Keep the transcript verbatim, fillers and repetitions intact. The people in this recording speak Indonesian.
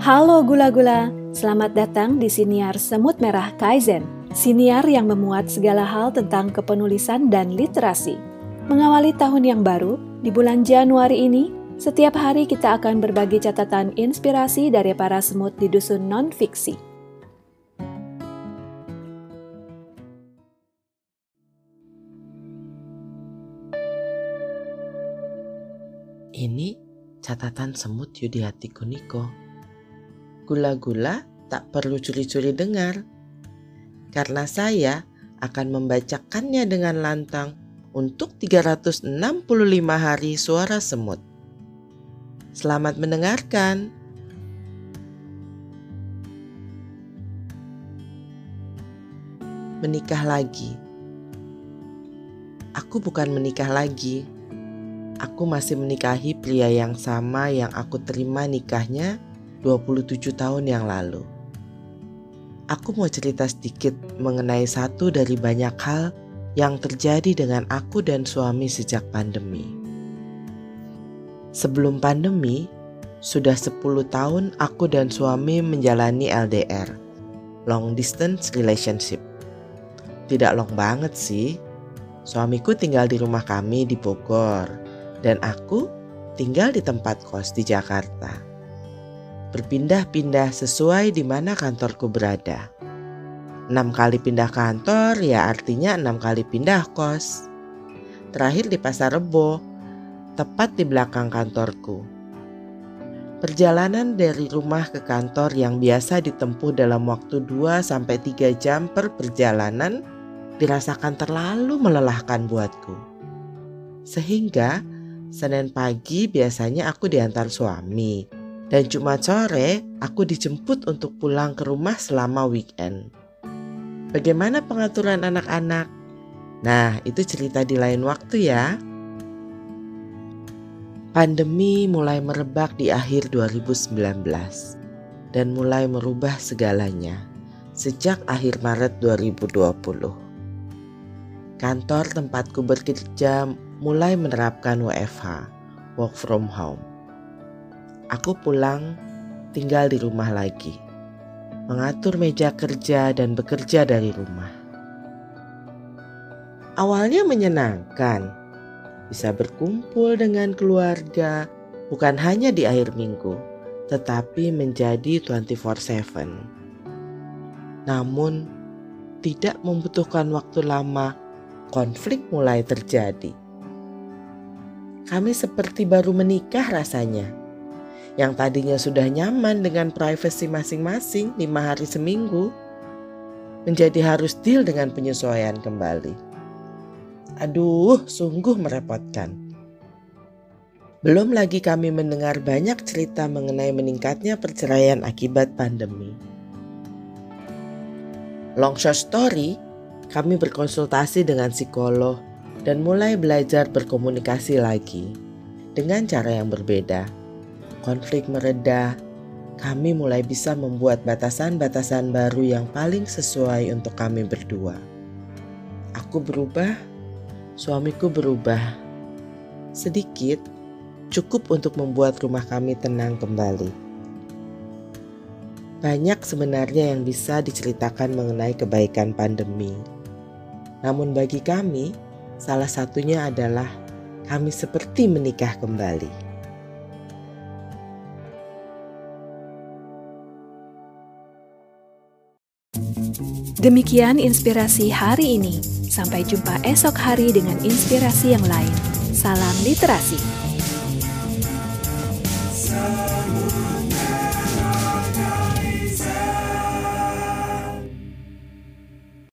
Halo gula-gula, selamat datang di Siniar Semut Merah Kaizen. Siniar yang memuat segala hal tentang kepenulisan dan literasi. Mengawali tahun yang baru, di bulan Januari ini, setiap hari kita akan berbagi catatan inspirasi dari para semut di dusun non-fiksi. Ini catatan semut Yudiati Kuniko. Gula-gula tak perlu curi-curi dengar, karena saya akan membacakannya dengan lantang untuk tiga ratus enam puluh lima hari suara semut. Selamat mendengarkan. Menikah lagi. Aku bukan menikah lagi. Aku masih menikahi pria yang sama yang aku terima nikahnya dua puluh tujuh tahun yang lalu. Aku mau cerita sedikit mengenai satu dari banyak hal yang terjadi dengan aku dan suami sejak pandemi. Sebelum pandemi, sudah sepuluh tahun aku dan suami menjalani L D R, long distance relationship. Tidak long banget sih. Suamiku tinggal di rumah kami di Bogor, dan aku tinggal di tempat kos di Jakarta. Berpindah-pindah sesuai di mana kantorku berada. Enam kali pindah kantor ya artinya enam kali pindah kos. Terakhir di Pasar Rebo, tepat di belakang kantorku. Perjalanan dari rumah ke kantor yang biasa ditempuh dalam waktu dua sampai tiga jam per perjalanan dirasakan terlalu melelahkan buatku. Sehingga Senin pagi biasanya aku diantar suami. Dan Jumat sore aku dijemput untuk pulang ke rumah selama weekend. Bagaimana pengaturan anak-anak? Nah, itu cerita di lain waktu ya. Pandemi mulai merebak di akhir dua ribu sembilan belas dan mulai merubah segalanya sejak akhir Maret dua ribu dua puluh. Kantor tempatku bekerja mulai menerapkan W F H, work from home. Aku pulang, tinggal di rumah lagi, mengatur meja kerja dan bekerja dari rumah. Awalnya menyenangkan, bisa berkumpul dengan keluarga, bukan hanya di akhir minggu, tetapi menjadi dua puluh empat tujuh. Namun, tidak membutuhkan waktu lama, konflik mulai terjadi. Kami seperti baru menikah rasanya. Yang tadinya sudah nyaman dengan privasi masing-masing lima hari seminggu, menjadi harus deal dengan penyesuaian kembali. Aduh, sungguh merepotkan. Belum lagi kami mendengar banyak cerita mengenai meningkatnya perceraian akibat pandemi. Long short story, kami berkonsultasi dengan psikolog dan mulai belajar berkomunikasi lagi dengan cara yang berbeda. Konflik mereda, kami mulai bisa membuat batasan-batasan baru yang paling sesuai untuk kami berdua. Aku berubah, suamiku berubah. Sedikit, cukup untuk membuat rumah kami tenang kembali. Banyak sebenarnya yang bisa diceritakan mengenai kebaikan pandemi. Namun bagi kami, salah satunya adalah kami seperti menikah kembali. Demikian inspirasi hari ini. Sampai jumpa esok hari dengan inspirasi yang lain. Salam literasi.